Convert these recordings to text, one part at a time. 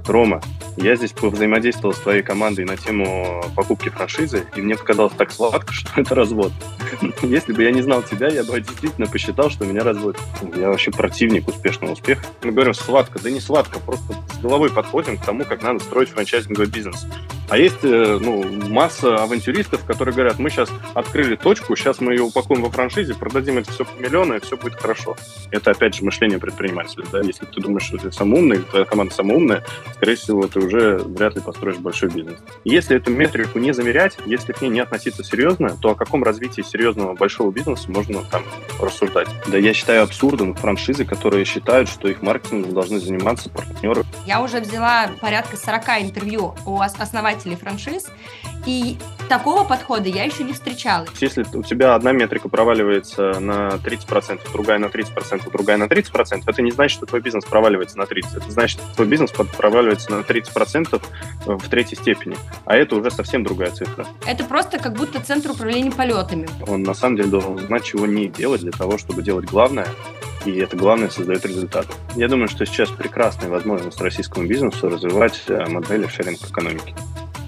Рома, я здесь повзаимодействовал с твоей командой на тему покупки франшизы, и мне показалось так сладко, что это развод. Если бы я не знал тебя, я бы действительно посчитал, что меня разводят. Я вообще противник успешного успеха. Мы говорим сладко, да не сладко, просто с головой подходим к тому, как надо строить франчайзинговый бизнес. А есть масса авантюристов, которые говорят, мы сейчас открыли точку, сейчас мы ее упакуем во франшизе, продадим это все по миллиону, и все будет хорошо. Это, опять же, мышление предпринимателя. Да? Если ты думаешь, что ты самоумный, твоя команда самоумная, скорее всего, ты уже вряд ли построишь большой бизнес. Если эту метрику не замерять, если к ней не относиться серьезно, то о каком развитии серьезного большого бизнеса можно там рассуждать? Да я считаю абсурдом франшизы, которые считают, что их маркетингом должны заниматься партнеры. Я уже взяла порядка 40 интервью у основателей франшиз, и такого подхода я еще не встречала. Если у тебя одна метрика проваливается на 30%, другая на 30%, другая на 30%, это не значит, что твой бизнес проваливается на 30%. Это значит, что твой бизнес проваливается на 30% в третьей степени. А это уже совсем другая цифра. Это просто как будто центр управления полетами. Он на самом деле должен знать, чего не делать для того, чтобы делать главное, и это главное создает результат. Я думаю, что сейчас прекрасная возможность российскому бизнесу развивать модели шеринг-экономики.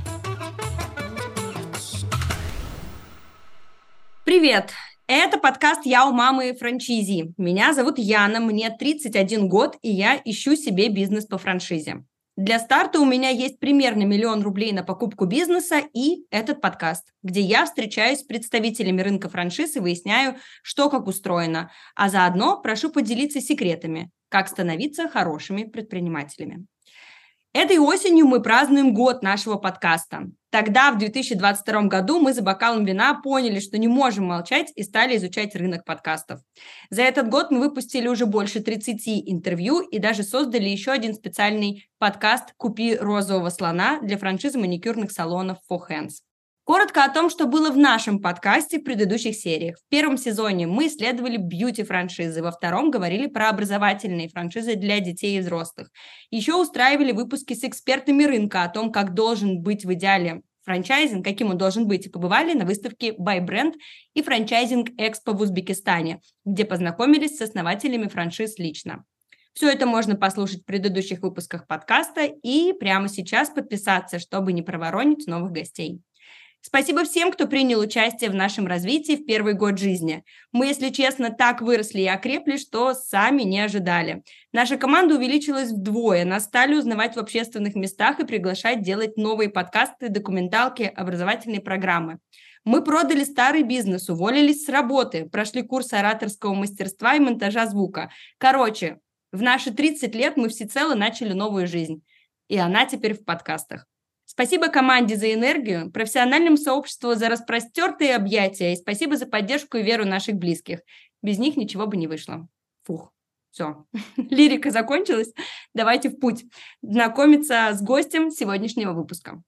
Привет! Это подкаст «Я у мамы франчайзи». Меня зовут Яна, мне 31 год, и я ищу себе бизнес по франшизе. Для старта у меня есть примерно 1 000 000 рублей на покупку бизнеса и этот подкаст, где я встречаюсь с представителями рынка франшиз и выясняю, что как устроено, а заодно прошу поделиться секретами, как становиться хорошими предпринимателями. Этой осенью мы празднуем год нашего подкаста. Тогда, в 2022 году, мы за бокалом вина поняли, что не можем молчать и стали изучать рынок подкастов. За этот год мы выпустили уже больше 30 интервью и даже создали еще один специальный подкаст «Купи розового слона» для франшизы маникюрных салонов For Hands. Коротко о том, что было в нашем подкасте в предыдущих сериях. В первом сезоне мы исследовали бьюти-франшизы, во втором говорили про образовательные франшизы для детей и взрослых. Еще устраивали выпуски с экспертами рынка о том, как должен быть в идеале франчайзинг, каким он должен быть, и побывали на выставке Buy Brand и франчайзинг Экспо в Узбекистане, где познакомились с основателями франшиз лично. Все это можно послушать в предыдущих выпусках подкаста и прямо сейчас подписаться, чтобы не проворонить новых гостей. Спасибо всем, кто принял участие в нашем развитии в первый год жизни. Мы, если честно, так выросли и окрепли, что сами не ожидали. Наша команда увеличилась вдвое, нас стали узнавать в общественных местах и приглашать делать новые подкасты, документалки, образовательные программы. Мы продали старый бизнес, уволились с работы, прошли курс ораторского мастерства и монтажа звука. Короче, в наши 30 лет мы всецело начали новую жизнь. И она теперь в подкастах. Спасибо команде за энергию, профессиональному сообществу за распростертые объятия и спасибо за поддержку и веру наших близких. Без них ничего бы не вышло. Фух, все. Лирика закончилась. Давайте в путь. Знакомиться с гостем сегодняшнего выпуска.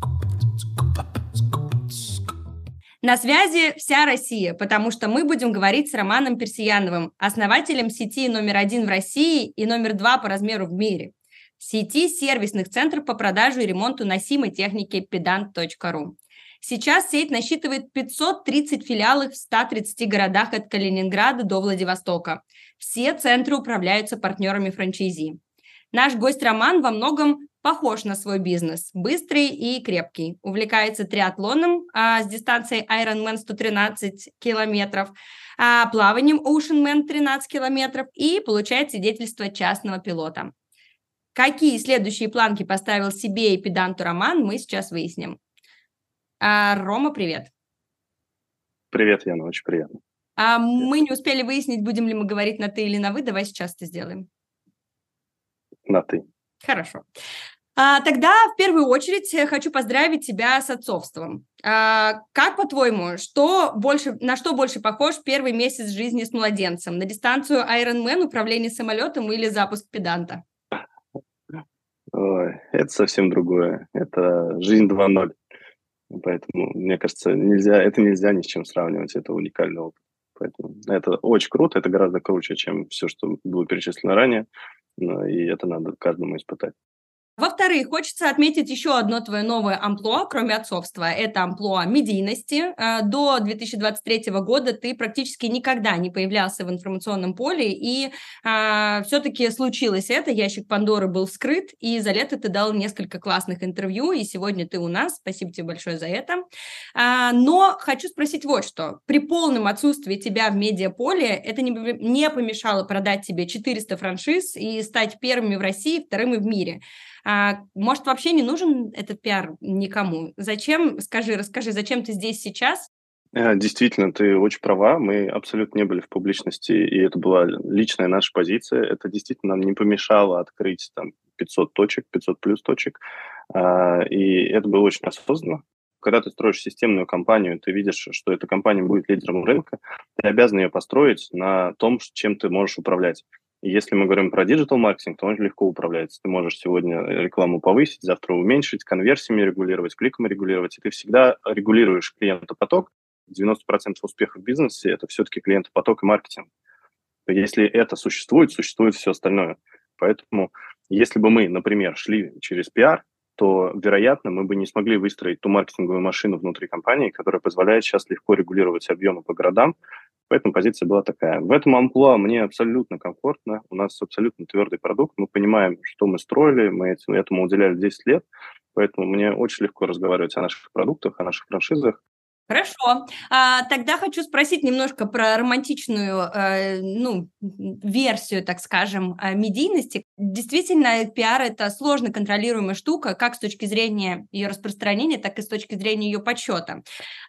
На связи вся Россия, потому что мы будем говорить с Романом Персияновым, основателем сети номер 1 в России и номер 2 по размеру в мире. Сети сервисных центров по продаже и ремонту носимой техники pedant.ru. Сейчас сеть насчитывает 530 филиалов в 130 городах от Калининграда до Владивостока. Все центры управляются партнерами франчайзи. Наш гость Роман во многом похож на свой бизнес. Быстрый и крепкий. Увлекается триатлоном с дистанцией Ironman 113 километров, плаванием Oceanman 13 километров и получает свидетельство частного пилота. Какие следующие планки поставил себе и педанту Роман, мы сейчас выясним. Рома, привет. Привет, Яна, очень приятно. Мы не успели выяснить, будем ли мы говорить на «ты» или на «вы». Давай сейчас это сделаем. На «ты». Хорошо. Тогда в первую очередь хочу поздравить тебя с отцовством. Как, по-твоему, на что больше похож первый месяц жизни с младенцем? На дистанцию Ironman, управление самолетом или запуск педанта? Ой, это совсем другое. Это жизнь 2.0. Поэтому, мне кажется, нельзя ни с чем сравнивать. Это уникальный опыт. Поэтому это очень круто, это гораздо круче, чем все, что было перечислено ранее. И это надо каждому испытать. Во-вторых, хочется отметить еще одно твое новое амплуа, кроме отцовства. Это амплуа медийности. До 2023 года ты практически никогда не появлялся в информационном поле, и все-таки случилось это. Ящик Пандоры был вскрыт, и за лето ты дал несколько классных интервью, и сегодня ты у нас. Спасибо тебе большое за это. Но хочу спросить вот что. При полном отсутствии тебя в медиаполе это не помешало продать тебе 400 франшиз и стать первыми в России, вторыми в мире. Может, вообще не нужен этот пиар никому? Зачем, расскажи, зачем ты здесь сейчас? Действительно, ты очень права. Мы абсолютно не были в публичности, и это была личная наша позиция. Это действительно нам не помешало открыть там 500 точек, 500 плюс точек. И это было очень осознанно. Когда ты строишь системную компанию, ты видишь, что эта компания будет лидером рынка, ты обязан ее построить на том, чем ты можешь управлять. И если мы говорим про диджитал-маркетинг, то он легко управляется. Ты можешь сегодня рекламу повысить, завтра уменьшить, конверсиями регулировать, кликом регулировать, и ты всегда регулируешь клиентопоток. 90% успеха в бизнесе – это все-таки клиентопоток и маркетинг. Если это существует, существует все остальное. Поэтому если бы мы, например, шли через пиар, то, вероятно, мы бы не смогли выстроить ту маркетинговую машину внутри компании, которая позволяет сейчас легко регулировать объемы по городам. Поэтому позиция была такая. В этом амплуа мне абсолютно комфортно. У нас абсолютно твердый продукт. Мы понимаем, что мы строили, мы этому уделяли 10 лет. Поэтому мне очень легко разговаривать о наших продуктах, о наших франшизах. Хорошо. Тогда хочу спросить немножко про романтичную, версию, так скажем, медийности. Действительно, пиар – это сложно контролируемая штука, как с точки зрения ее распространения, так и с точки зрения ее подсчета.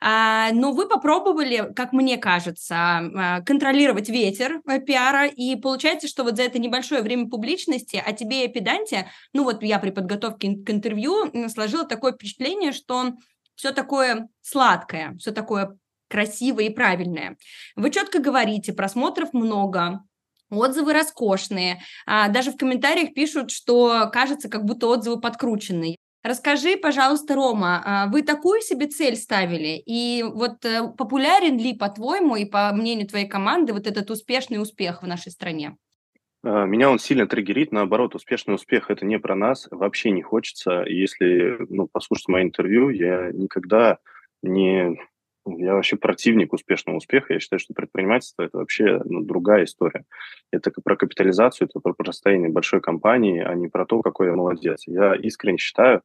Но вы попробовали, как мне кажется, контролировать ветер пиара, и получается, что вот за это небольшое время публичности о тебе и о педанте, я при подготовке к интервью сложила такое впечатление, что все такое сладкое, все такое красивое и правильное. Вы четко говорите, просмотров много, отзывы роскошные. Даже в комментариях пишут, что кажется, как будто отзывы подкрученные. Расскажи, пожалуйста, Рома, вы такую себе цель ставили? И вот популярен ли, по-твоему, и по мнению твоей команды, вот этот успешный успех в нашей стране? Меня он сильно триггерит, наоборот, успешный успех – это не про нас, вообще не хочется. Если послушать мои интервью, я никогда не… Я вообще противник успешного успеха. Я считаю, что предпринимательство – это вообще другая история. Это про капитализацию, это про построение большой компании, а не про то, какой я молодец. Я искренне считаю,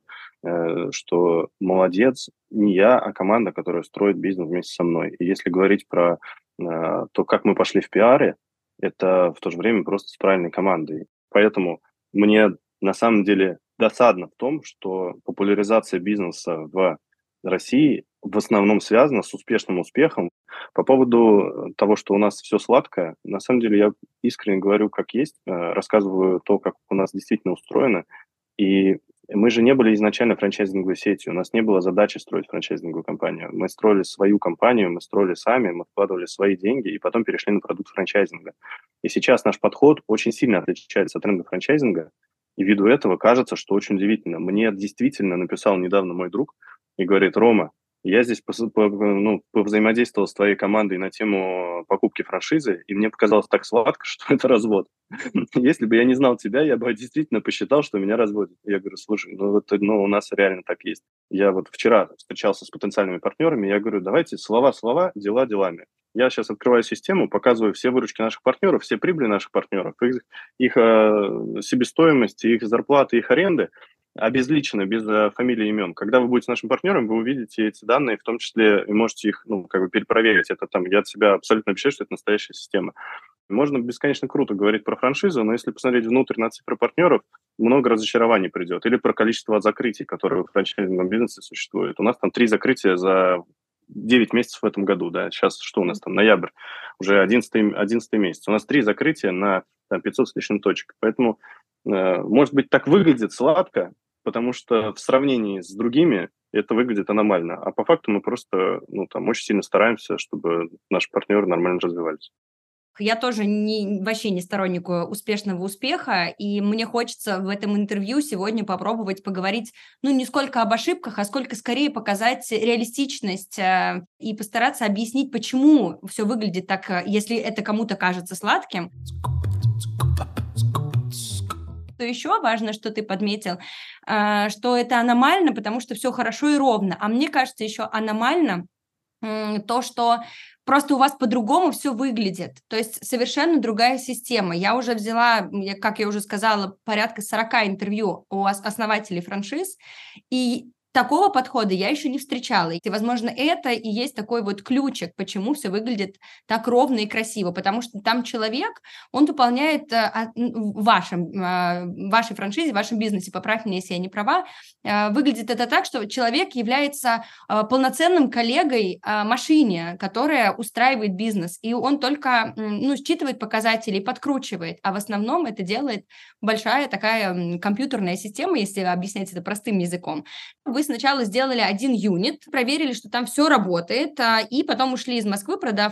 что молодец не я, а команда, которая строит бизнес вместе со мной. И если говорить про то, как мы пошли в пиаре, это в то же время просто с правильной командой. Поэтому мне на самом деле досадно в том, что популяризация бизнеса в России в основном связана с успешным успехом. По поводу того, что у нас все сладкое, на самом деле я искренне говорю, как есть, рассказываю то, как у нас действительно устроено. И мы же не были изначально франчайзинговой сетью, у нас не было задачи строить франчайзинговую компанию. Мы строили свою компанию, мы строили сами, мы вкладывали свои деньги и потом перешли на продукт франчайзинга. И сейчас наш подход очень сильно отличается от рынка франчайзинга, и ввиду этого кажется, что очень удивительно. Мне действительно написал недавно мой друг и говорит: Рома, я здесь повзаимодействовал с твоей командой на тему покупки франшизы, и мне показалось так сладко, что это развод. Если бы я не знал тебя, я бы действительно посчитал, что меня разводят. Я говорю: слушай, у нас реально так есть. Я вот вчера встречался с потенциальными партнерами, я говорю: давайте слова, дела делами. Я сейчас открываю систему, показываю все выручки наших партнеров, все прибыли наших партнеров, их себестоимость, их зарплаты, их аренды, обезличенно, без фамилий и имен. Когда вы будете нашим партнером, вы увидите эти данные, в том числе и можете их перепроверить. Это я от себя абсолютно обещаю, что это настоящая система. Можно бесконечно круто говорить про франшизу, но если посмотреть внутрь на цифры партнеров, много разочарований придет. Или про количество закрытий, которые в франчайзинговом бизнесе существуют. У нас там 3 закрытия за 9 месяцев в этом году, да, сейчас что у нас там, ноябрь, уже 11 месяц. У нас 3 закрытия на 500 с лишним точек. Поэтому, может быть, так выглядит сладко, потому что в сравнении с другими это выглядит аномально. А по факту мы просто, очень сильно стараемся, чтобы наши партнеры нормально развивались. Я тоже вообще не сторонник успешного успеха, и мне хочется в этом интервью сегодня попробовать поговорить, не сколько об ошибках, а сколько скорее показать реалистичность и постараться объяснить, почему все выглядит так, если это кому-то кажется сладким. Что еще важно, что ты подметил, что это аномально, потому что все хорошо и ровно. А мне кажется, еще аномально то, что просто у вас по-другому все выглядит. То есть совершенно другая система. Я уже взяла, как я уже сказала, порядка 40 интервью у основателей франшиз, и такого подхода я еще не встречала. И, возможно, это и есть такой вот ключик, почему все выглядит так ровно и красиво, потому что там человек, он выполняет в вашей франшизе, в вашем бизнесе, поправь меня, если я не права, выглядит это так, что человек является полноценным коллегой машине, которая устраивает бизнес, и он только считывает показатели и подкручивает, а в основном это делает большая такая компьютерная система, если объяснять это простым языком. Вы сначала сделали один юнит, проверили, что там все работает, и потом ушли из Москвы, продав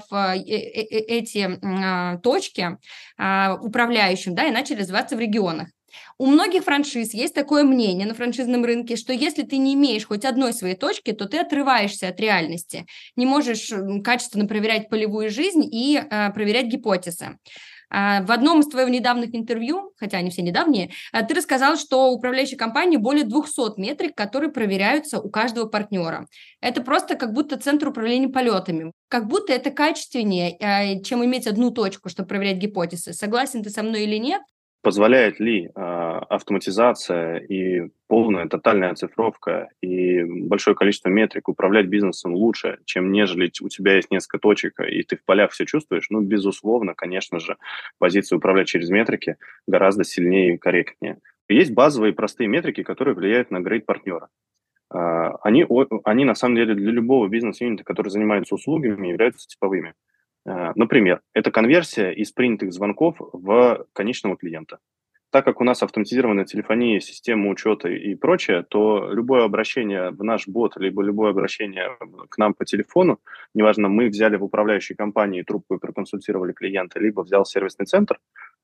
эти точки управляющим, да, и начали развиваться в регионах. У многих франшиз есть такое мнение на франшизном рынке, что если ты не имеешь хоть одной своей точки, то ты отрываешься от реальности, не можешь качественно проверять полевую жизнь и проверять гипотезы. В одном из твоих недавних интервью, хотя они все недавние, ты рассказал, что у управляющей компании более 200 метрик, которые проверяются у каждого партнера. Это просто как будто центр управления полетами. Как будто это качественнее, чем иметь одну точку, чтобы проверять гипотезы. Согласен ты со мной или нет? Позволяет ли автоматизация и полная тотальная оцифровка и большое количество метрик управлять бизнесом лучше, чем нежели у тебя есть несколько точек, и ты в полях все чувствуешь? Ну, безусловно, конечно же, позиция управлять через метрики гораздо сильнее и корректнее. Есть базовые простые метрики, которые влияют на грейд партнера. Они на самом деле для любого бизнес-юнита, который занимается услугами, являются типовыми. Например, это конверсия из принятых звонков в конечного клиента. Так как у нас автоматизированная телефония, система учета и прочее, то любое обращение в наш бот, либо любое обращение к нам по телефону, неважно, мы взяли в управляющей компании трубку и проконсультировали клиента, либо взял сервисный центр,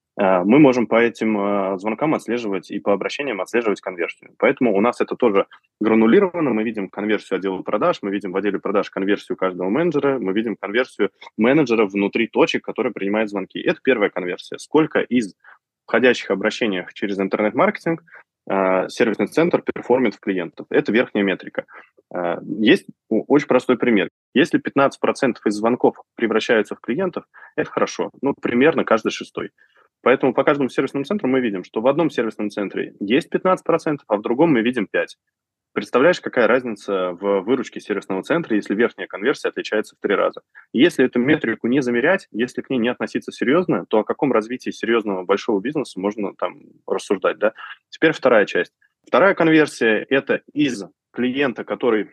мы можем по этим звонкам отслеживать и по обращениям отслеживать конверсию. Поэтому у нас это тоже гранулировано. Мы видим конверсию отдела продаж, мы видим в отделе продаж конверсию каждого менеджера, мы видим конверсию менеджера внутри точек, которые принимают звонки. Это первая конверсия. Сколько из входящих обращений через интернет-маркетинг сервисный центр перформит в клиентов. Это верхняя метрика. Есть очень простой пример. Если 15% из звонков превращаются в клиентов, это хорошо. Ну, примерно каждый шестой. Поэтому по каждому сервисному центру мы видим, что в одном сервисном центре есть 15%, а в другом мы видим 5%. Представляешь, какая разница в выручке сервисного центра, если верхняя конверсия отличается в 3 раза? Если эту метрику не замерять, если к ней не относиться серьезно, то о каком развитии серьезного большого бизнеса можно там рассуждать, да? Теперь вторая часть. Вторая конверсия – это из клиента, который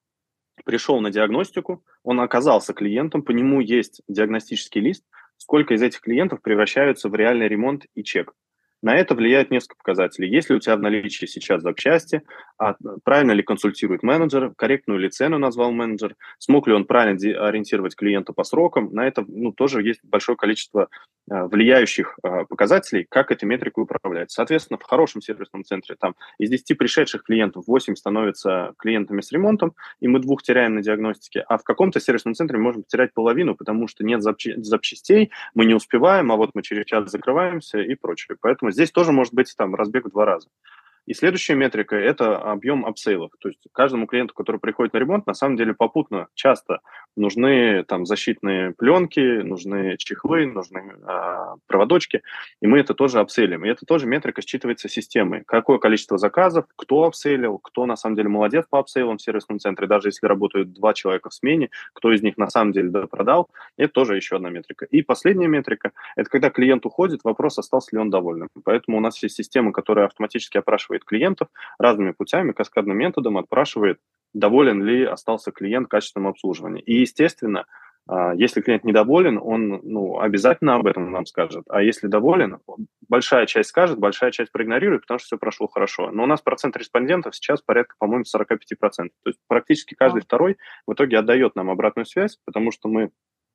пришел на диагностику, он оказался клиентом, по нему есть диагностический лист, сколько из этих клиентов превращаются в реальный ремонт и чек. На это влияет несколько показателей. Есть ли у тебя в наличии сейчас запчасти, правильно ли консультирует менеджер, корректную ли цену назвал менеджер, смог ли он правильно ориентировать клиента по срокам. На это тоже есть большое количество влияющих показателей, как этой метрикой управлять. Соответственно, в хорошем сервисном центре там из 10 пришедших клиентов 8 становятся клиентами с ремонтом, и мы 2 теряем на диагностике, а в каком-то сервисном центре мы можем потерять половину, потому что нет запчастей, мы не успеваем, а вот мы через час закрываемся и прочее. Поэтому здесь тоже может быть там разбег в 2 раза. И следующая метрика – это объем апсейлов. То есть каждому клиенту, который приходит на ремонт, на самом деле попутно часто нужны там защитные пленки, нужны чехлы, нужны проводочки, и мы это тоже апсейлим. И это тоже метрика считывается системой. Какое количество заказов, кто апсейлил, кто на самом деле молодец по апсейлам в сервисном центре, даже если работают 2 человека в смене, кто из них на самом деле продал, это тоже еще одна метрика. И последняя метрика – это когда клиент уходит, вопрос, остался ли он довольным. Поэтому у нас есть система, которая автоматически опрашивает клиентов разными путями, каскадным методом отпрашивает, доволен ли остался клиент качественным обслуживанием. И, естественно, если клиент недоволен, он обязательно об этом нам скажет. А если доволен, большая часть скажет, большая часть проигнорирует, потому что все прошло хорошо. Но у нас процент респондентов сейчас порядка, по-моему, 45%. То есть практически каждый второй в итоге отдает нам обратную связь, потому что мы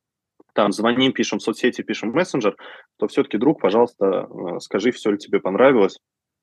там звоним, пишем в соцсети, пишем в мессенджер, то все-таки, друг, пожалуйста, скажи, все ли тебе понравилось,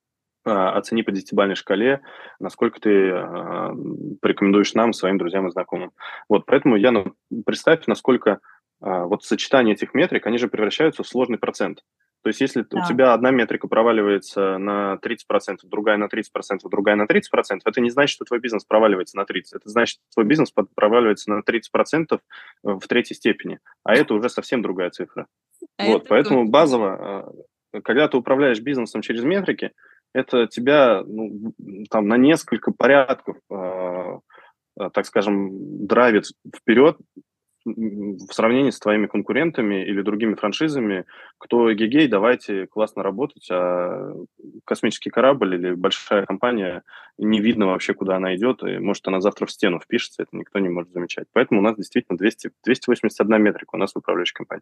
оцени по 10-бальной шкале, насколько ты порекомендуешь нам, своим друзьям и знакомым. Вот, поэтому, представь, насколько вот сочетание этих метрик, они же превращаются в сложный процент. То есть если у Да. тебя одна метрика проваливается на 30%, другая на 30%, другая на 30%, это не значит, что твой бизнес проваливается на 30%. Это значит, что твой бизнес проваливается на 30% в третьей степени. А это уже совсем другая цифра. Вот, Это поэтому точно. базово, когда ты управляешь бизнесом через метрики, это тебя там на несколько порядков, так скажем, драйвит вперед в сравнении с твоими конкурентами или другими франшизами, кто эгегей, давайте классно работать, а космический корабль или большая компания, не видно вообще, куда она идет, и может она завтра в стену впишется, это никто не может замечать. Поэтому у нас действительно 281 метрика у нас в управляющей компании.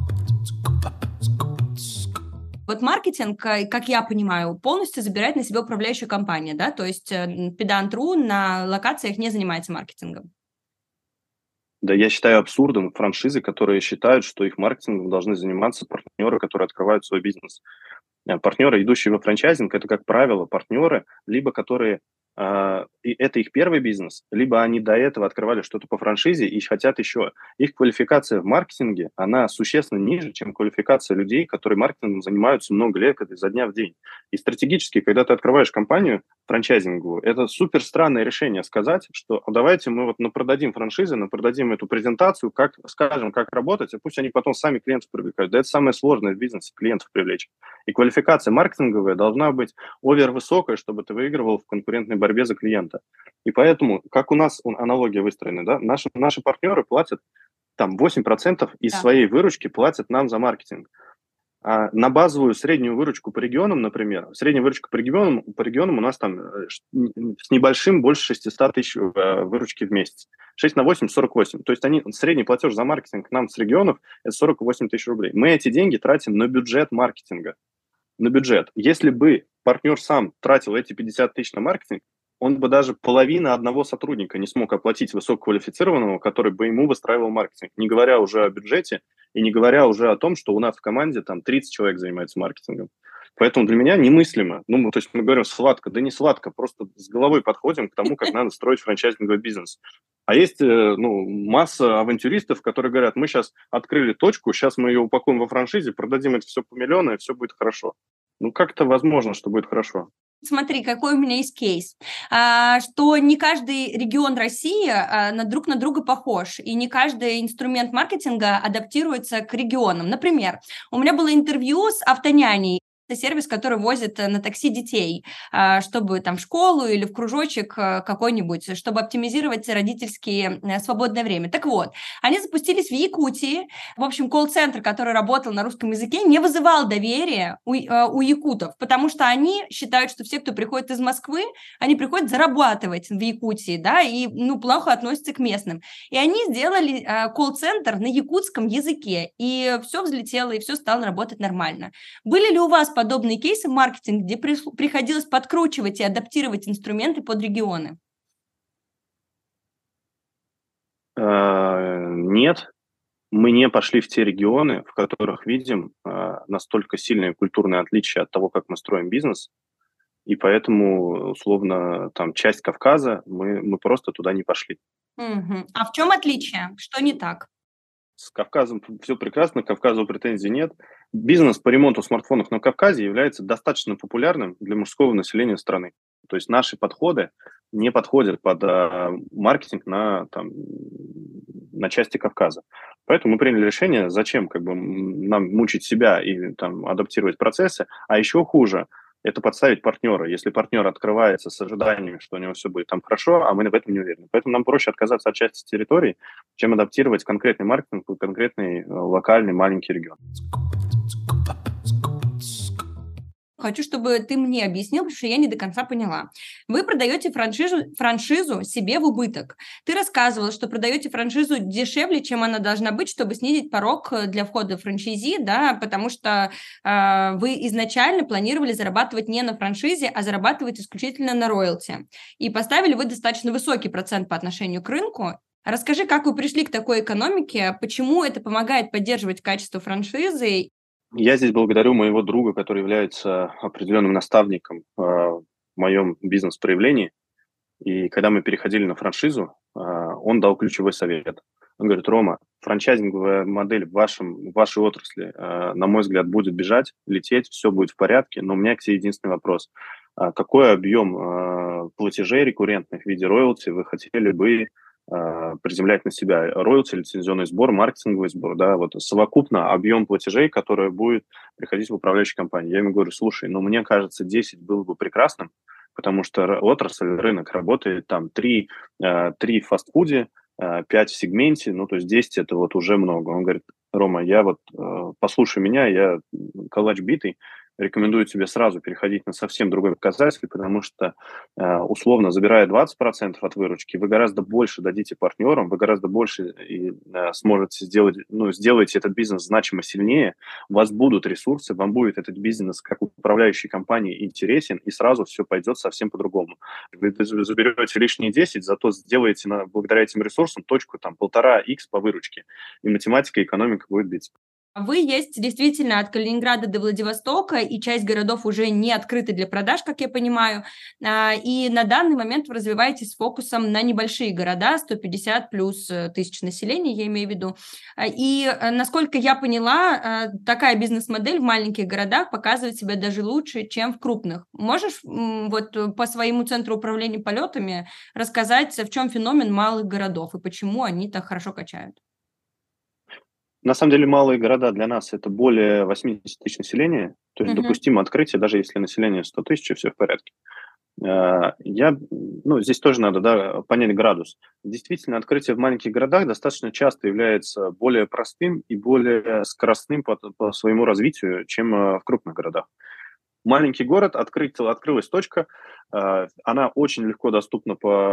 Вот маркетинг, как я понимаю, полностью забирает на себя управляющая компания, да? То есть Pedant.ru на локациях не занимается маркетингом. Да, я считаю абсурдом франшизы, которые считают, что их маркетингом должны заниматься партнеры, которые открывают свой бизнес. Партнеры, идущие во франчайзинг, это, как правило, партнеры, либо которые и это их первый бизнес, либо они до этого открывали что-то по франшизе и хотят еще. Их квалификация в маркетинге, она существенно ниже, чем квалификация людей, которые маркетингом занимаются много лет, изо дня в день. И стратегически, когда ты открываешь компанию франчайзинговую, это супер странное решение сказать, что давайте мы вот напродадим франшизы, напродадим эту презентацию, как скажем, как работать, а пусть они потом сами клиентов привлекают. Да это самое сложное в бизнесе, клиентов привлечь. И квалификация маркетинговая должна быть овервысокая, чтобы ты выигрывал в конкурентной борьбе за клиента. И поэтому, как у нас аналогия выстроена, да, наши партнеры платят там 8% из своей выручки платят нам за маркетинг. А на базовую среднюю выручку по регионам, например, средняя выручка по регионам у нас там с небольшим больше 600 тысяч выручки в месяц. 6 на 8 – 48. То есть средний платеж за маркетинг нам с регионов – это 48 тысяч рублей. Мы эти деньги тратим на бюджет маркетинга. На бюджет. Если бы партнер сам тратил эти 50 тысяч на маркетинг, он бы даже половину одного сотрудника не смог оплатить высококвалифицированного, который бы ему выстраивал маркетинг, не говоря уже о бюджете и не говоря уже о том, что у нас в команде там 30 человек занимается маркетингом. Поэтому для меня немыслимо. То есть мы говорим сладко, да не сладко, просто с головой подходим к тому, как надо строить франчайзинговый бизнес. А есть масса авантюристов, которые говорят, мы сейчас открыли точку, сейчас мы ее упакуем во франшизе, продадим это все по миллиону, и все будет хорошо. Как это возможно, что будет хорошо? Смотри, какой у меня есть кейс, что не каждый регион России друг на друга похож, и не каждый инструмент маркетинга адаптируется к регионам. Например, у меня было интервью с Автоняней. Это сервис, который возит на такси детей, чтобы там в школу или в кружочек какой-нибудь, чтобы оптимизировать родительские свободное время. Так вот, они запустились в Якутии. В общем, колл-центр, который работал на русском языке, не вызывал доверия у якутов, потому что они считают, что все, кто приходит из Москвы, они приходят зарабатывать в Якутии, да, и плохо относятся к местным. И они сделали колл-центр на якутском языке, и все взлетело, и все стало работать нормально. Были ли у вас подобные кейсы в маркетинге, где приходилось подкручивать и адаптировать инструменты под регионы? Нет, мы не пошли в те регионы, в которых видим настолько сильные культурные отличия от того, как мы строим бизнес, и поэтому, условно, там часть Кавказа, мы просто туда не пошли. Угу. А в чем отличие? Что не так? С Кавказом все прекрасно, к Кавказу претензий нет. Бизнес по ремонту смартфонов на Кавказе является достаточно популярным для мужского населения страны. То есть наши подходы не подходят под маркетинг на части Кавказа. Поэтому мы приняли решение, зачем нам мучить себя и адаптировать процессы, а еще хуже – это подставить партнера. Если партнер открывается с ожиданиями, что у него все будет там хорошо, а мы в этом не уверены. Поэтому нам проще отказаться от части территории, чем адаптировать конкретный маркетинг под конкретный локальный маленький регион. Хочу, чтобы ты мне объяснил, потому что я не до конца поняла. Вы продаете франшизу себе в убыток. Ты рассказывал, что продаете франшизу дешевле, чем она должна быть, чтобы снизить порог для входа в франчайзи, да, потому что вы изначально планировали зарабатывать не на франшизе, а зарабатывать исключительно на роялти. И поставили вы достаточно высокий процент по отношению к рынку. Расскажи, как вы пришли к такой экономике, почему это помогает поддерживать качество франшизы. Я здесь благодарю моего друга, который является определенным наставником в моем бизнес-проявлении. И когда мы переходили на франшизу, он дал ключевой совет. Он говорит: Рома, франчайзинговая модель в вашей отрасли, на мой взгляд, будет бежать, лететь, все будет в порядке, но у меня к тебе единственный вопрос. Какой объем платежей рекуррентных в виде роялти вы хотели бы приземлять на себя? Роялти, лицензионный сбор, маркетинговый сбор, да, вот совокупно объем платежей, который будет приходить в управляющую компанию. Я ему говорю: слушай, ну, мне кажется, 10 было бы прекрасным, потому что отрасль, рынок работает там 3 в фастфуде, 5 в сегменте, ну, то есть 10 это вот уже много. Он говорит: Рома, я вот, послушай меня, я калач битый, рекомендую тебе сразу переходить на совсем другой показатель, потому что, условно, забирая 20% от выручки, вы гораздо больше дадите партнерам, вы гораздо больше сможете сделать, ну, сделаете этот бизнес значимо сильнее, у вас будут ресурсы, вам будет этот бизнес как управляющей компании интересен, и сразу все пойдет совсем по-другому. Вы заберете лишние 10, зато сделаете благодаря этим ресурсам точку там 1,5x по выручке, и математика и экономика будет биться. Вы есть действительно от Калининграда до Владивостока, и часть городов уже не открыты для продаж, как я понимаю. И на данный момент вы развиваетесь с фокусом на небольшие города, 150 плюс тысяч населения, я имею в виду. И, насколько я поняла, такая бизнес-модель в маленьких городах показывает себя даже лучше, чем в крупных. Можешь вот по своему центру управления полетами рассказать, в чем феномен малых городов и почему они так хорошо качают? На самом деле малые города для нас — это более 80 тысяч населения, то есть Мгм. допустимо открытие, даже если население 100 тысяч, и все в порядке. Здесь тоже надо, да, понять градус. Действительно, открытие в маленьких городах достаточно часто является более простым и более скоростным по своему развитию, чем в крупных городах. Маленький город, открылась точка, она очень легко доступна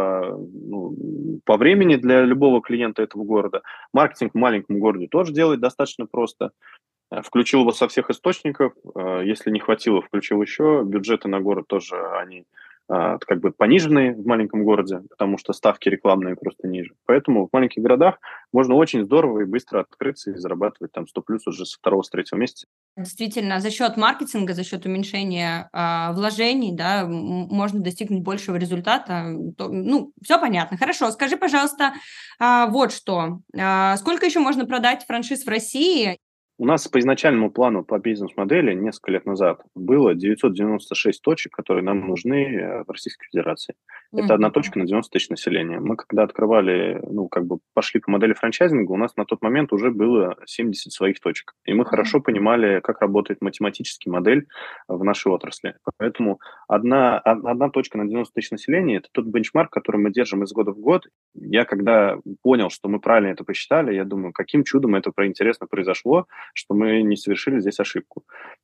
по времени для любого клиента этого города. Маркетинг в маленьком городе тоже делать достаточно просто. Включил его со всех источников, если не хватило, включил еще. Бюджеты на город тоже, они как бы пониженные в маленьком городе, потому что ставки рекламные просто ниже. Поэтому в маленьких городах можно очень здорово и быстро открыться и зарабатывать там 100 плюс уже со второго, с третьего месяца. Действительно, за счет маркетинга, за счет уменьшения вложений, да, можно достигнуть большего результата. Ну, все понятно. Хорошо, скажи, пожалуйста, вот что. Сколько еще можно продать франшиз в России? У нас по изначальному плану по бизнес-модели несколько лет назад было 996 точек, которые нам нужны в Российской Федерации. Это одна Мгм. точка на 90 тысяч населения. Мы когда открывали, ну, как бы пошли по модели франчайзинга, у нас на тот момент уже было 70 своих точек. И мы Мгм. хорошо понимали, как работает математически модель в нашей отрасли. Поэтому одна точка на 90 тысяч населения – это тот бенчмарк, который мы держим из года в год. Я когда понял, что мы правильно это посчитали, я думаю, каким чудом это интересно произошло, что мы не совершили здесь ошибку.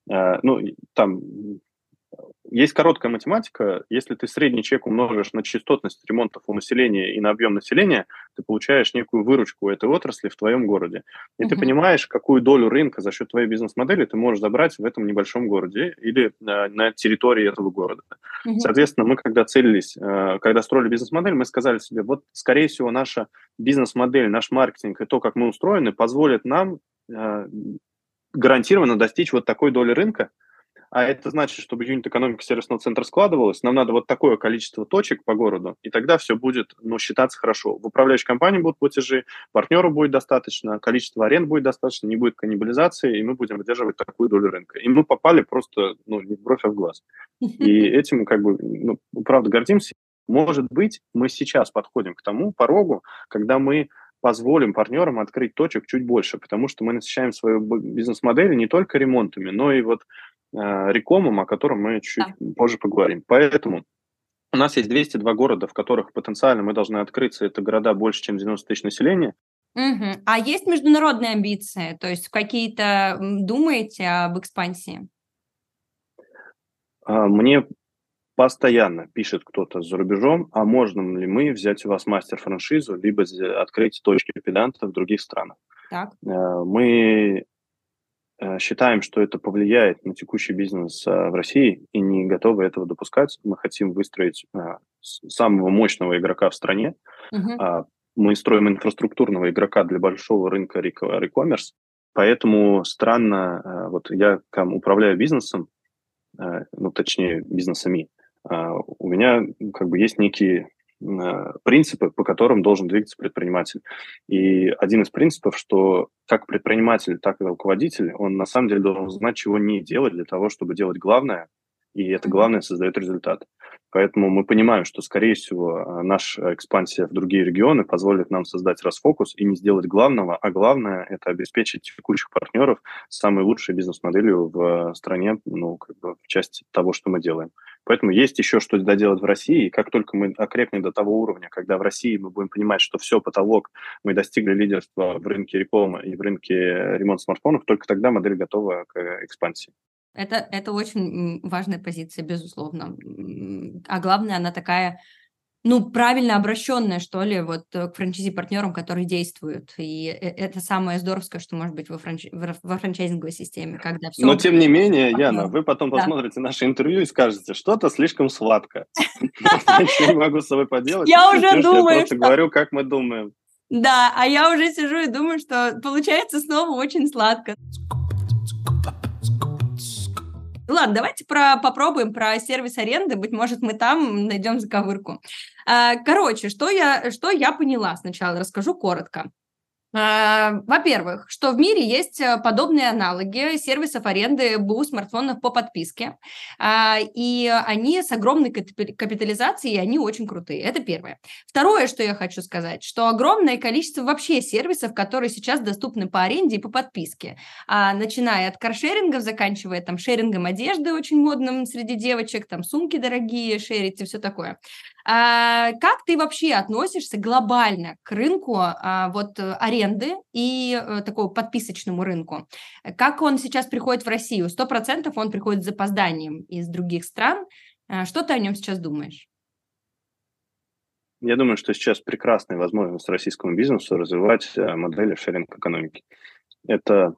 Там есть короткая математика. Если ты средний чек умножишь на частотность ремонтов у населения и на объем населения, ты получаешь некую выручку этой отрасли в твоем городе. И ты Мгм. понимаешь, какую долю рынка за счет твоей бизнес-модели ты можешь забрать в этом небольшом городе или на территории этого города. Мгм. Соответственно, мы когда целились, когда строили бизнес-модель, мы сказали себе, вот, скорее всего, наша бизнес-модель, наш маркетинг и то, как мы устроены, позволит нам э, гарантированно достичь вот такой доли рынка, а это значит, чтобы юнит-экономика сервисного центра складывалась, нам надо вот такое количество точек по городу, и тогда все будет, ну, считаться хорошо. В управляющей компании будут платежи, партнеру будет достаточно, количество аренд будет достаточно, не будет каннибализации, и мы будем выдерживать такую долю рынка. И мы попали просто, ну, не в бровь, а в глаз. И этим, как бы, ну, правда, гордимся. Может быть, мы сейчас подходим к тому порогу, когда мы позволим партнерам открыть точек чуть больше, потому что мы насыщаем свою бизнес-модель не только ремонтами, но и вот рекомом, о котором мы чуть Да. позже поговорим. Поэтому у нас есть 202 города, в которых потенциально мы должны открыться. Это города больше, чем 90 тысяч населения. Мгм. А есть международные амбиции? То есть какие-то думаете об экспансии? Мне постоянно пишет кто-то за рубежом, а можем ли мы взять у вас мастер-франшизу, либо открыть точки педанта в других странах. Так. Мы считаем, что это повлияет на текущий бизнес в России и не готовы этого допускать. Мы хотим выстроить самого мощного игрока в стране. Мгм. А, Мы строим инфраструктурного игрока для большого рынка рекоммерс. Поэтому странно, вот я там управляю бизнесом, ну, точнее, бизнесами. У меня как бы есть некие принципы, по которым должен двигаться предприниматель. И один из принципов, что как предприниматель, так и руководитель, он на самом деле должен знать, чего не делать для того, чтобы делать главное, и это главное создает результат. Поэтому мы понимаем, что, скорее всего, наша экспансия в другие регионы позволит нам создать расфокус и не сделать главного, а главное – это обеспечить текущих партнеров самой лучшей бизнес-моделью в стране, в части того, что мы делаем. Поэтому есть еще что доделать в России, и как только мы окрепнем до того уровня, когда в России мы будем понимать, что все, потолок, мы достигли лидерства в рынке рекламы и в рынке ремонта смартфонов, только тогда модель готова к экспансии. Это очень важная позиция, безусловно. А главное, она такая, правильно обращенная, что ли, вот к франчайзи-партнерам, которые действуют. И это самое здоровское, что может быть во франчайзинговой системе, когда все... Но, тем не менее, Яна, вы потом посмотрите наше интервью и скажете, что-то слишком сладко. Я ничего не могу с собой поделать. Я уже думаю, я просто говорю, как мы думаем. Да, а я уже сижу и думаю, что получается снова очень сладко. Ладно, давайте попробуем про сервис аренды. Быть может, мы там найдем заковырку. Короче, что я поняла сначала, расскажу коротко. Во-первых, что в мире есть подобные аналоги сервисов аренды БУ смартфонов по подписке, и они с огромной капитализацией, и они очень крутые. Это первое. Второе, что я хочу сказать, что огромное количество вообще сервисов, которые сейчас доступны по аренде и по подписке, начиная от каршерингов, заканчивая там шерингом одежды очень модным среди девочек, там сумки дорогие шерить и все такое. Как ты вообще относишься глобально к рынку аренды и такому подписочному рынку? Как он сейчас приходит в Россию? 100% он приходит с запозданием из других стран. Что ты о нем сейчас думаешь? Я думаю, что сейчас прекрасная возможность российскому бизнесу развивать модели шеринг-экономики. Это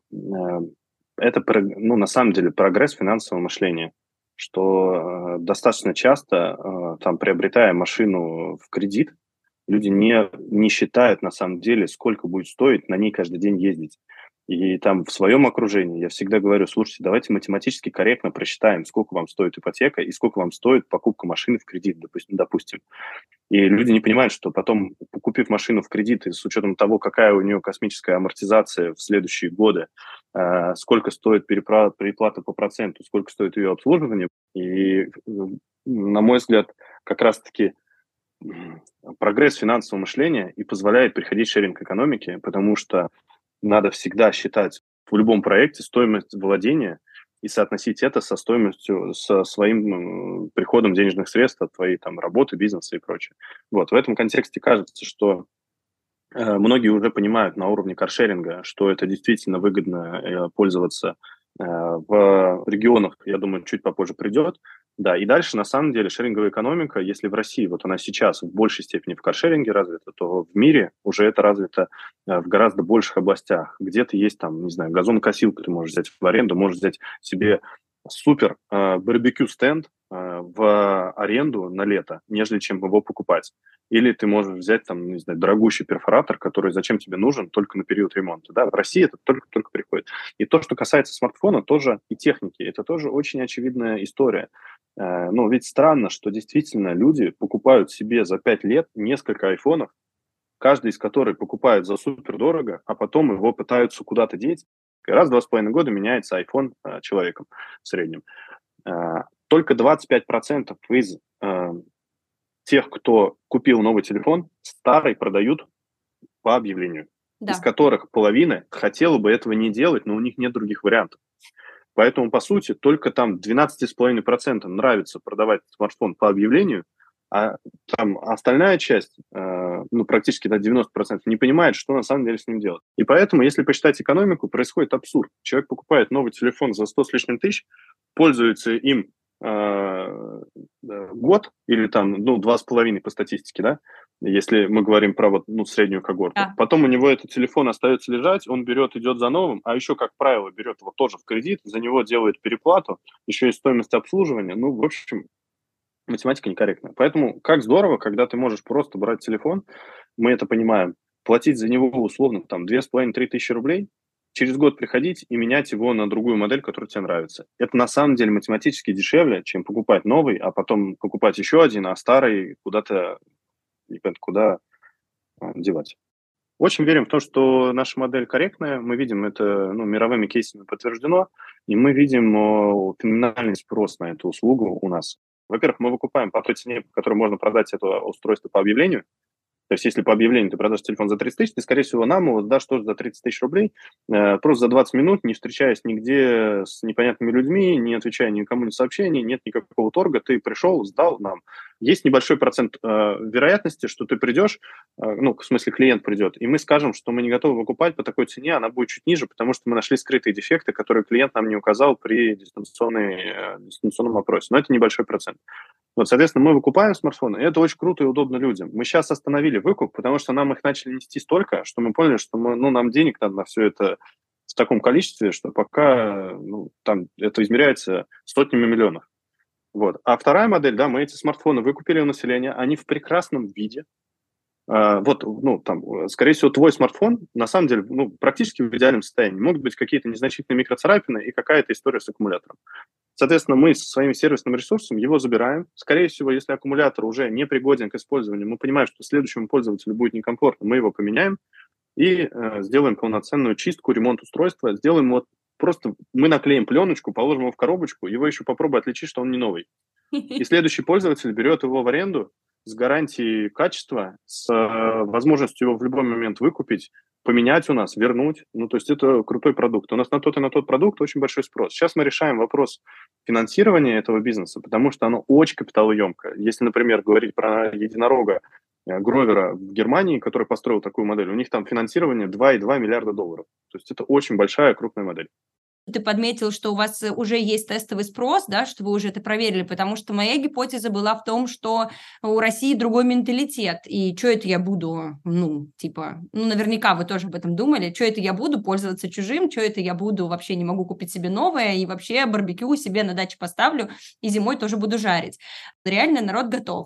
на самом деле прогресс финансового мышления, что достаточно часто, приобретая машину в кредит, люди не считают на самом деле, сколько будет стоить на ней каждый день ездить. И там в своем окружении я всегда говорю, слушайте, давайте математически корректно просчитаем, сколько вам стоит ипотека и сколько вам стоит покупка машины в кредит, допустим. И люди не понимают, что потом, купив машину в кредит, и с учетом того, какая у нее космическая амортизация в следующие годы, сколько стоит переплата по проценту, сколько стоит ее обслуживание. И, на мой взгляд, как раз-таки прогресс финансового мышления и позволяет приходить к шеринг-экономике, потому что надо всегда считать в любом проекте стоимость владения и соотносить это со стоимостью, со своим приходом денежных средств от твоей работы, бизнеса и прочее. Вот. В этом контексте кажется, что многие уже понимают на уровне каршеринга, что это действительно выгодно пользоваться в регионах, я думаю, чуть попозже придет. Да, и дальше, на самом деле, шеринговая экономика, если в России вот она сейчас в большей степени в каршеринге развита, то в мире уже это развито в гораздо больших областях. Где-то есть газонокосилку ты можешь взять в аренду, можешь взять себе супер барбекю-стенд в аренду на лето, нежели чем его покупать. Или ты можешь взять дорогущий перфоратор, который зачем тебе нужен только на период ремонта. Да? В России это только приходит. И то, что касается смартфона, тоже и техники, это тоже очень очевидная история. Ведь странно, что действительно люди покупают себе за 5 лет несколько айфонов, каждый из которых покупают за супердорого, а потом его пытаются куда-то деть. Раз в 2,5 года меняется iPhone человеком в среднем. Только 25% из тех, кто купил новый телефон, старый продают по объявлению, из которых половина хотела бы этого не делать, но у них нет других вариантов. Поэтому, по сути, только 12,5% нравится продавать смартфон по объявлению, а остальная часть, практически 90%, не понимает, что на самом деле с ним делать. И поэтому, если посчитать экономику, происходит абсурд. Человек покупает новый телефон за 100 с лишним тысяч, пользуется им год или 2,5 по статистике, да, если мы говорим про среднюю когорту. Да. Потом у него этот телефон остается лежать, он идет за новым, а еще, как правило, берет его тоже в кредит, за него делает переплату, еще и стоимость обслуживания. В общем, математика некорректная. Поэтому как здорово, когда ты можешь просто брать телефон, мы это понимаем, платить за него условно 2,5-3 тысячи рублей, через год приходить и менять его на другую модель, которая тебе нравится. Это на самом деле математически дешевле, чем покупать новый, а потом покупать еще один, а старый куда-то непонятно куда девать. Очень верим в то, что наша модель корректная, мы видим это мировыми кейсами подтверждено, и мы видим феноменальный спрос на эту услугу у нас. Во-первых, мы выкупаем по той цене, по которой можно продать это устройство по объявлению. То есть если по объявлению ты продашь телефон за 30 тысяч, ты, скорее всего, нам его сдашь тоже за 30 тысяч рублей, просто за 20 минут, не встречаясь нигде с непонятными людьми, не отвечая никому на сообщения, нет никакого торга, ты пришел, сдал нам. Есть небольшой процент вероятности, что ты придешь, в смысле клиент придет, и мы скажем, что мы не готовы выкупать по такой цене, она будет чуть ниже, потому что мы нашли скрытые дефекты, которые клиент нам не указал при дистанционном опросе. Но это небольшой процент. Вот, соответственно, мы выкупаем смартфоны, и это очень круто и удобно людям. Мы сейчас остановили выкуп, потому что нам их начали нести столько, что мы поняли, что нам денег надо на все это в таком количестве, что пока там это измеряется сотнями миллионов. Вот. А вторая модель, да, мы эти смартфоны выкупили у населения, они в прекрасном виде. Скорее всего, твой смартфон, на самом деле, практически в идеальном состоянии. Могут быть какие-то незначительные микроцарапины и какая-то история с аккумулятором. Соответственно, мы со своим сервисным ресурсом его забираем. Скорее всего, если аккумулятор уже не пригоден к использованию, мы понимаем, что следующему пользователю будет некомфортно, мы его поменяем и сделаем полноценную чистку, ремонт устройства. Сделаем просто мы наклеим пленочку, положим его в коробочку, его еще попробуй отличить, что он не новый. И следующий пользователь берет его в аренду с гарантией качества, с возможностью его в любой момент выкупить, поменять у нас, вернуть. То есть это крутой продукт. У нас на тот и на тот продукт очень большой спрос. Сейчас мы решаем вопрос финансирования этого бизнеса, потому что оно очень капиталоемкое. Если, например, говорить про единорога Гровера в Германии, который построил такую модель, у них там финансирование 2,2 миллиарда долларов. То есть это очень большая, крупная модель. Ты подметил, что у вас уже есть тестовый спрос, да, что вы уже это проверили, потому что моя гипотеза была в том, что у России другой менталитет, и что это я буду, наверняка вы тоже об этом думали, что это я буду пользоваться чужим, что это я буду, вообще не могу купить себе новое, и вообще барбекю себе на даче поставлю, и зимой тоже буду жарить. Реально народ готов.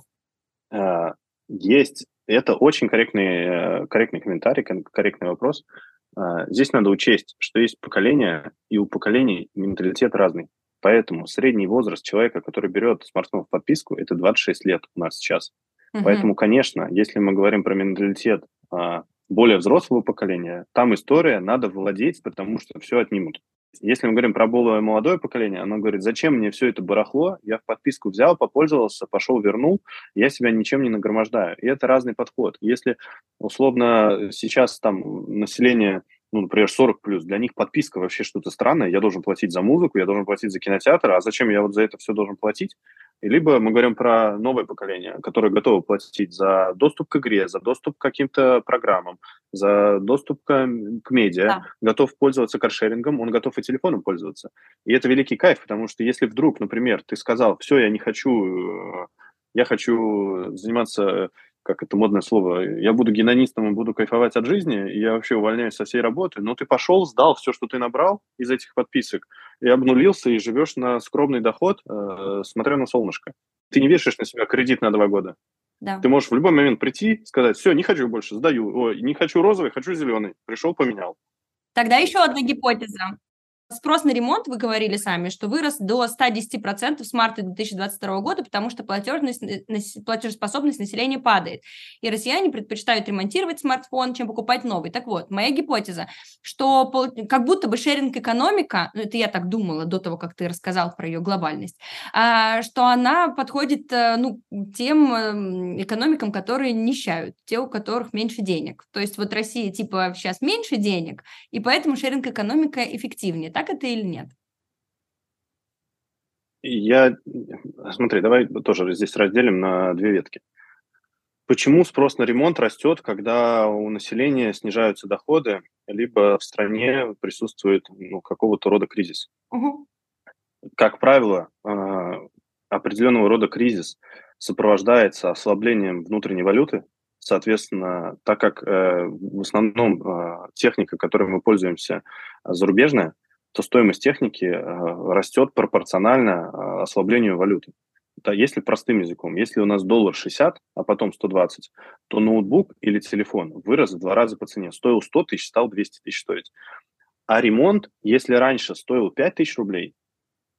Есть. Это очень корректный комментарий, корректный вопрос. Здесь надо учесть, что есть поколения, и у поколений менталитет разный. Поэтому средний возраст человека, который берет смартфон в подписку, это 26 лет у нас сейчас. Поэтому, конечно, если мы говорим про менталитет более взрослого поколения, там история, надо владеть, потому что все отнимут. Если мы говорим про более молодое поколение, оно говорит, зачем мне все это барахло, я в подписку взял, попользовался, пошел, вернул, я себя ничем не нагромождаю. И это разный подход. Если, условно, сейчас там население, например, 40+, для них подписка вообще что-то странное, я должен платить за музыку, я должен платить за кинотеатр, а зачем я за это все должен платить? Либо мы говорим про новое поколение, которое готово платить за доступ к игре, за доступ к каким-то программам, за доступ к медиа, Да. готов пользоваться каршерингом, он готов и телефоном пользоваться. И это великий кайф, потому что если вдруг, например, ты сказал, все, я хочу заниматься, как это модное слово, я буду гедонистом и буду кайфовать от жизни, и я вообще увольняюсь со всей работы, но ты пошел, сдал все, что ты набрал из этих подписок, и обнулился, и живешь на скромный доход, смотря на солнышко. Ты не вешаешь на себя кредит на 2 года. Да. Ты можешь в любой момент прийти, сказать, все, не хочу больше, сдаю. Ой, не хочу розовый, хочу зеленый. Пришел, поменял. Тогда еще одна гипотеза. Спрос на ремонт, вы говорили сами, что вырос до 110% с марта 2022 года, потому что платежеспособность населения падает. И россияне предпочитают ремонтировать смартфон, чем покупать новый. Так вот, моя гипотеза, что как будто бы шеринг-экономика, это я так думала до того, как ты рассказал про ее глобальность, что она подходит тем экономикам, которые нищают, те, у которых меньше денег. То есть вот Россия сейчас меньше денег, и поэтому шеринг-экономика эффективнее. Так это или нет? Смотри, давай тоже здесь разделим на 2 ветки. Почему спрос на ремонт растет, когда у населения снижаются доходы, либо в стране присутствует какого-то рода кризис? Угу. Как правило, определенного рода кризис сопровождается ослаблением внутренней валюты. Соответственно, так как в основном техника, которой мы пользуемся, зарубежная, то стоимость техники растет пропорционально ослаблению валюты. Да, если простым языком, если у нас доллар 60, а потом 120, то ноутбук или телефон вырос в 2 раза по цене. Стоил 100 тысяч, стал 200 тысяч стоить. А ремонт, если раньше стоил 5 тысяч рублей,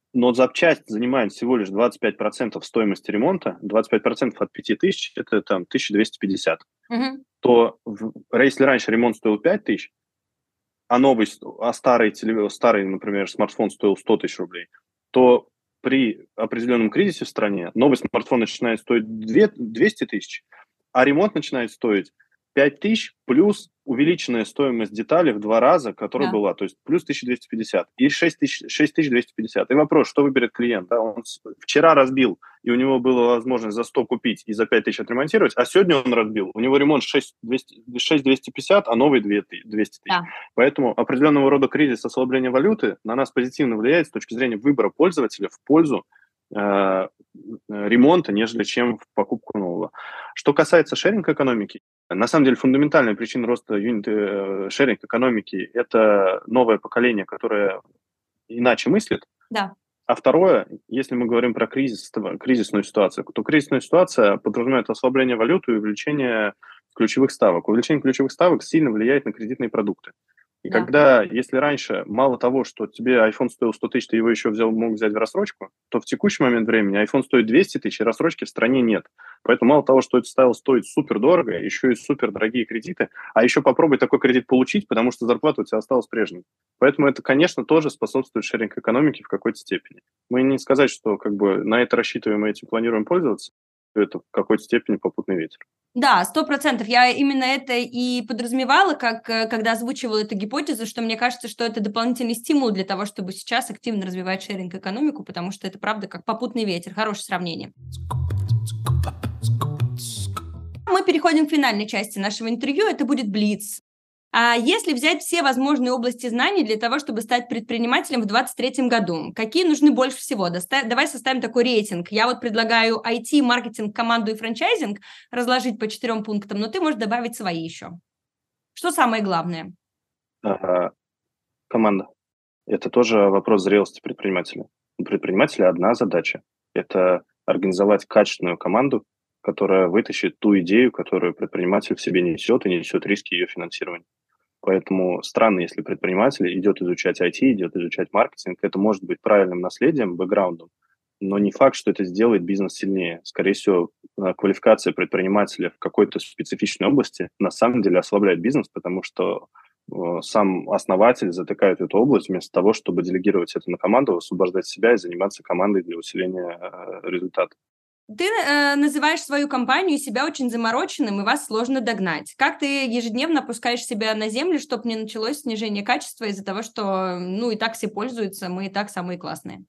но запчасть занимает всего лишь 25% стоимости ремонта, 25% от 5000 – это там 1250. То если раньше ремонт стоил 5000, а старый, например, смартфон стоил 100 тысяч рублей, то при определенном кризисе в стране новый смартфон начинает стоить 200 тысяч, а ремонт начинает стоить 5 тысяч плюс увеличенная стоимость деталей в 2 раза, которая была, то есть плюс 1250 и 6250. И вопрос, что выберет клиент? Да? Он вчера разбил, и у него была возможность за 100 купить и за 5 тысяч отремонтировать, а сегодня он разбил. У него ремонт 6250, а новый 200 тысяч. Да. Поэтому определенного рода кризис ослабления валюты на нас позитивно влияет с точки зрения выбора пользователя в пользу ремонта, нежели чем в покупку нового. Что касается шеринг-экономики, на самом деле фундаментальная причина роста шеринг-экономики – это новое поколение, которое иначе мыслит. Да. А второе, если мы говорим про кризисную ситуацию, то кризисная ситуация подразумевает ослабление валюты и увеличение ключевых ставок. Увеличение ключевых ставок сильно влияет на кредитные продукты. И когда, если раньше мало того, что тебе iPhone стоил 100 тысяч, ты его еще мог взять в рассрочку, то в текущий момент времени iPhone стоит 200 тысяч, и рассрочки в стране нет. Поэтому мало того, что это стало стоить супер дорого, еще и супер дорогие кредиты, а еще попробуй такой кредит получить, потому что зарплата у тебя осталась прежней. Поэтому это, конечно, тоже способствует шеринг-экономике в какой-то степени. Мы не сказать, что как бы на это рассчитываем и этим планируем пользоваться, это в какой-то степени попутный ветер. Да, 100%. Я именно это и подразумевала, когда озвучивала эту гипотезу, что мне кажется, что это дополнительный стимул для того, чтобы сейчас активно развивать шеринг-экономику, потому что это, правда, как попутный ветер. Хорошее сравнение. Мы переходим к финальной части нашего интервью. Это будет блиц. А если взять все возможные области знаний для того, чтобы стать предпринимателем в 2023 году, какие нужны больше всего? Давай составим такой рейтинг. Я вот предлагаю IT, маркетинг, команду и франчайзинг разложить по 4 пунктам, но ты можешь добавить свои еще. Что самое главное? Команда. Это тоже вопрос зрелости предпринимателя. У предпринимателя одна задача – это организовать качественную команду, которая вытащит ту идею, которую предприниматель в себе несет и несет риски ее финансирования. Поэтому странно, если предприниматель идет изучать IT, идет изучать маркетинг. Это может быть правильным наследием, бэкграундом, но не факт, что это сделает бизнес сильнее. Скорее всего, квалификация предпринимателя в какой-то специфичной области на самом деле ослабляет бизнес, потому что сам основатель затыкает эту область вместо того, чтобы делегировать это на команду, освобождать себя и заниматься командой для усиления результата. Ты называешь свою компанию и себя очень замороченным, и вас сложно догнать. Как ты ежедневно опускаешь себя на землю, чтобы не началось снижение качества из-за того, что, и так все пользуются, мы и так самые классные?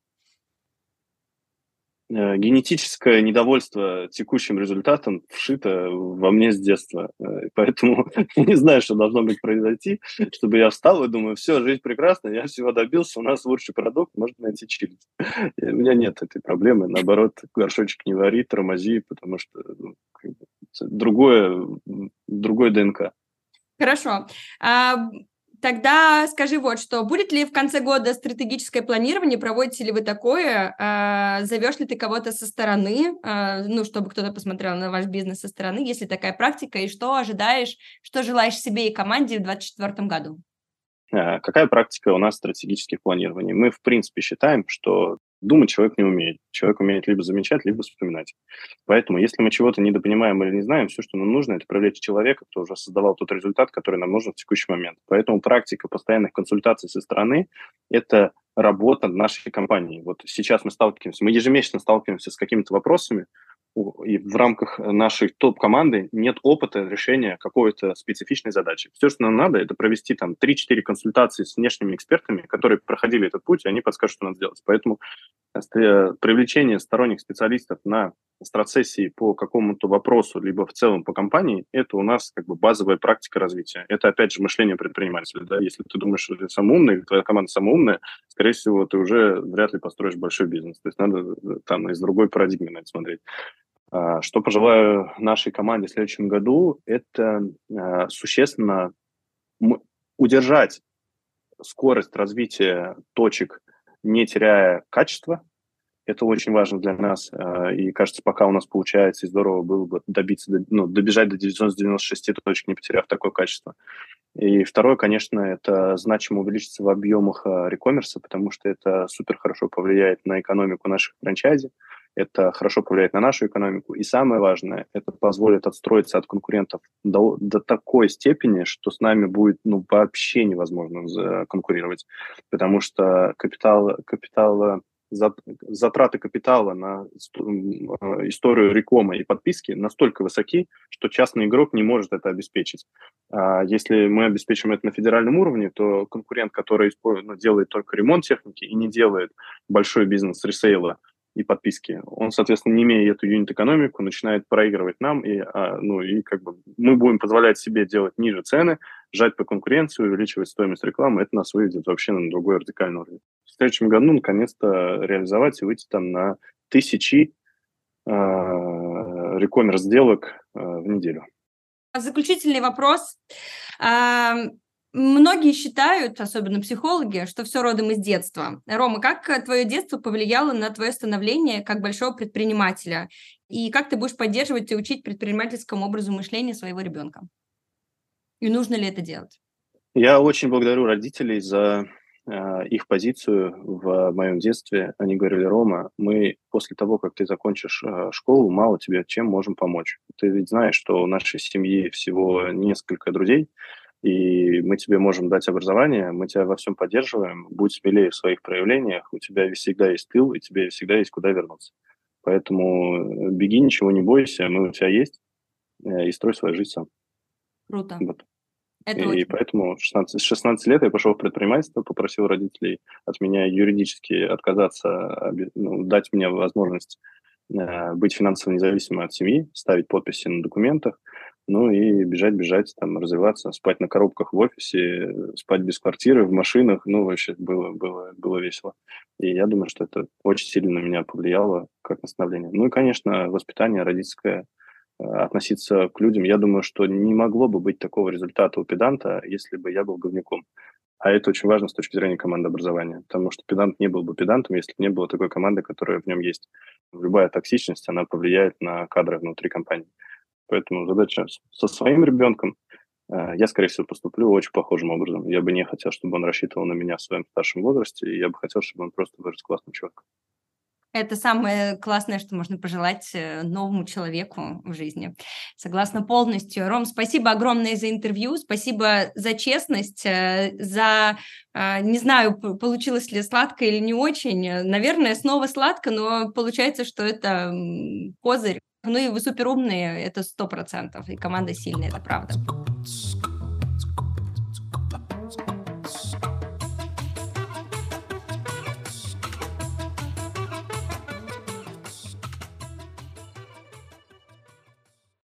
Генетическое недовольство текущим результатом вшито во мне с детства. Поэтому я не знаю, что должно быть произойти, чтобы я встал и думаю, все, жизнь прекрасна, я всего добился, у нас лучший продукт, можно найти челюсть. У меня нет этой проблемы. Наоборот, горшочек не вари, тормози, потому что другое ДНК. Хорошо. Тогда скажи вот что. Будет ли в конце года стратегическое планирование? Проводите ли вы такое? Зовешь ли ты кого-то со стороны, чтобы кто-то посмотрел на ваш бизнес со стороны, если такая практика? И что ожидаешь, что желаешь себе и команде в 2024 году? Какая практика у нас стратегических планирований? Мы, в принципе, считаем, что думать человек не умеет. Человек умеет либо замечать, либо вспоминать. Поэтому, если мы чего-то недопонимаем или не знаем, все, что нам нужно, это привлечь человека, кто уже создавал тот результат, который нам нужен в текущий момент. Поэтому практика постоянных консультаций со стороны – это работа нашей компании. Вот сейчас мы ежемесячно сталкиваемся с какими-то вопросами, и в рамках нашей топ-команды нет опыта решения какой-то специфичной задачи. Все, что нам надо, это провести там 3-4 консультации с внешними экспертами, которые проходили этот путь, и они подскажут, что надо сделать. Поэтому привлечение сторонних специалистов на стратсессии по какому-то вопросу, либо в целом по компании, это у нас как бы базовая практика развития. Это, опять же, мышление предпринимателя. Да? Если ты думаешь, что ты самый умный, или твоя команда самая умная, скорее всего, ты уже вряд ли построишь большой бизнес. То есть надо там из другой парадигмы на это смотреть. Что пожелаю нашей команде в следующем году, это существенно удержать скорость развития точек, не теряя качество. Это очень важно для нас, и, кажется, пока у нас получается, и здорово было бы добежать до 996 точек, не потеряв такое качество. И второе, конечно, это значимо увеличиться в объемах рекоммерса, потому что это супер хорошо повлияет на экономику наших франчайзи, это хорошо повлияет на нашу экономику. И самое важное, это позволит отстроиться от конкурентов до такой степени, что с нами будет вообще невозможно конкурировать, потому что затраты капитала на историю рекламы и подписки настолько высоки, что частный игрок не может это обеспечить. Если мы обеспечим это на федеральном уровне, то конкурент, который делает только ремонт техники и не делает большой бизнес ресейла и подписки, он, соответственно, не имея эту юнит-экономику, начинает проигрывать нам, и как бы мы будем позволять себе делать ниже цены, жать по конкуренции, увеличивать стоимость рекламы, это нас выведет вообще на другой вертикальный уровень. В следующем году наконец-то реализовать и выйти там на 1000 рекоммерс сделок в неделю. Заключительный вопрос. Многие считают, особенно психологи, что все родом из детства. Рома, как твое детство повлияло на твое становление как большого предпринимателя? И как ты будешь поддерживать и учить предпринимательскому образу мышления своего ребенка? И нужно ли это делать? Я очень благодарю родителей за их позицию в моем детстве. Они говорили: Рома, мы после того, как ты закончишь школу, мало тебе чем можем помочь. Ты ведь знаешь, что у нашей семьи всего несколько друзей, и мы тебе можем дать образование, мы тебя во всем поддерживаем, будь смелее в своих проявлениях, у тебя всегда есть тыл, и тебе всегда есть куда вернуться. Поэтому беги, ничего не бойся, мы у тебя есть, и строй свою жизнь сам. Круто. Вот. Это И очень... поэтому с 16 лет я пошел в предпринимательство, попросил родителей от меня юридически отказаться, дать мне возможность быть финансово независимым от семьи, ставить подписи на документах, и бежать, там, развиваться, спать на коробках в офисе, спать без квартиры, в машинах, вообще было весело. И я думаю, что это очень сильно на меня повлияло как наставление. И, конечно, воспитание родительское, относиться к людям. Я думаю, что не могло бы быть такого результата у педанта, если бы я был говнюком. А это очень важно с точки зрения командообразования, потому что педант не был бы педантом, если бы не было такой команды, которая в нем есть. Любая токсичность, она повлияет на кадры внутри компании. Поэтому задача со своим ребенком. Я, скорее всего, поступлю очень похожим образом. Я бы не хотел, чтобы он рассчитывал на меня в своем старшем возрасте, и я бы хотел, чтобы он просто вырос классным человеком. Это самое классное, что можно пожелать новому человеку в жизни. Согласна полностью. Ром, спасибо огромное за интервью, спасибо за честность, за, не знаю, получилось ли сладко или не очень. Наверное, снова сладко, но получается, что это козырь. И вы супер умные, это 100%, и команда сильная, это правда.